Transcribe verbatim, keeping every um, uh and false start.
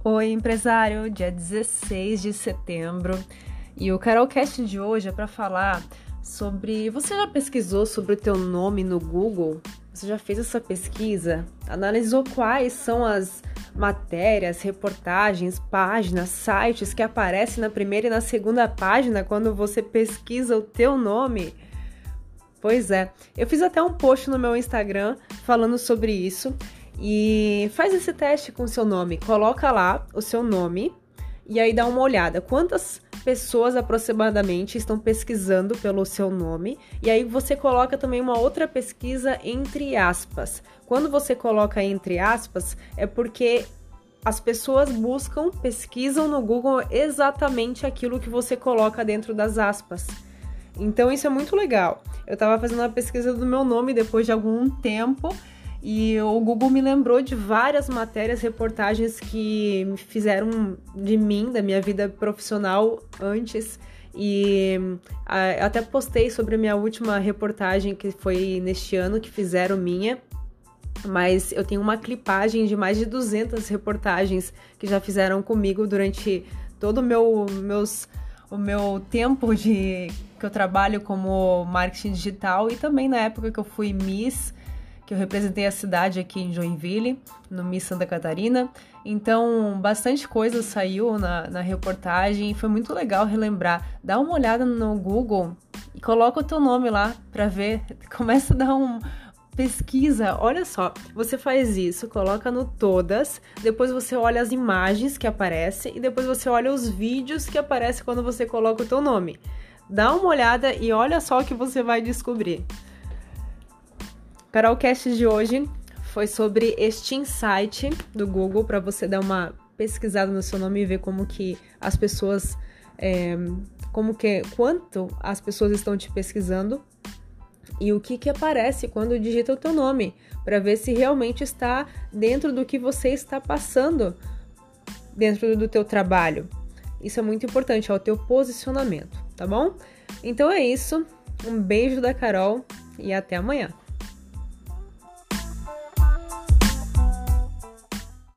Oi, empresário, dia dezesseis de setembro, e o Carolcast de hoje é para falar sobre... Você já pesquisou sobre o teu nome no Google? Você já fez essa pesquisa? Analisou quais são as matérias, reportagens, páginas, sites que aparecem na primeira e na segunda página quando você pesquisa o teu nome? Pois é, eu fiz até um post no meu Instagram falando sobre isso. E faz esse teste com o seu nome, coloca lá o seu nome e aí dá uma olhada. Quantas pessoas aproximadamente estão pesquisando pelo seu nome? E aí você coloca também uma outra pesquisa entre aspas. Quando você coloca entre aspas, é porque as pessoas buscam, pesquisam no Google exatamente aquilo que você coloca dentro das aspas. Então isso é muito legal. Eu estava fazendo uma pesquisa do meu nome depois de algum tempo. E o Google me lembrou de várias matérias, reportagens que me fizeram de mim, da minha vida profissional antes. E a, até postei sobre a minha última reportagem, que foi neste ano, que fizeram minha. Mas eu tenho uma clipagem de mais de duzentas reportagens que já fizeram comigo durante todo o meu, meus, o meu tempo de, que eu trabalho como marketing digital e também na época que eu fui Miss, que eu representei a cidade aqui em Joinville, no Miss Santa Catarina. Então, bastante coisa saiu na, na reportagem e foi muito legal relembrar. Dá uma olhada no Google e coloca o teu nome lá para ver. Começa a dar uma pesquisa. Olha só, você faz isso, coloca no todas, depois você olha as imagens que aparecem e depois você olha os vídeos que aparecem quando você coloca o teu nome. Dá uma olhada e olha só o que você vai descobrir. O Carolcast de hoje foi sobre este insight do Google para você dar uma pesquisada no seu nome e ver como que as pessoas, é, como que, quanto as pessoas estão te pesquisando e o que que aparece quando digita o teu nome, para ver se realmente está dentro do que você está passando dentro do teu trabalho. Isso é muito importante, é o teu posicionamento, tá bom? Então é isso, um beijo da Carol e até amanhã.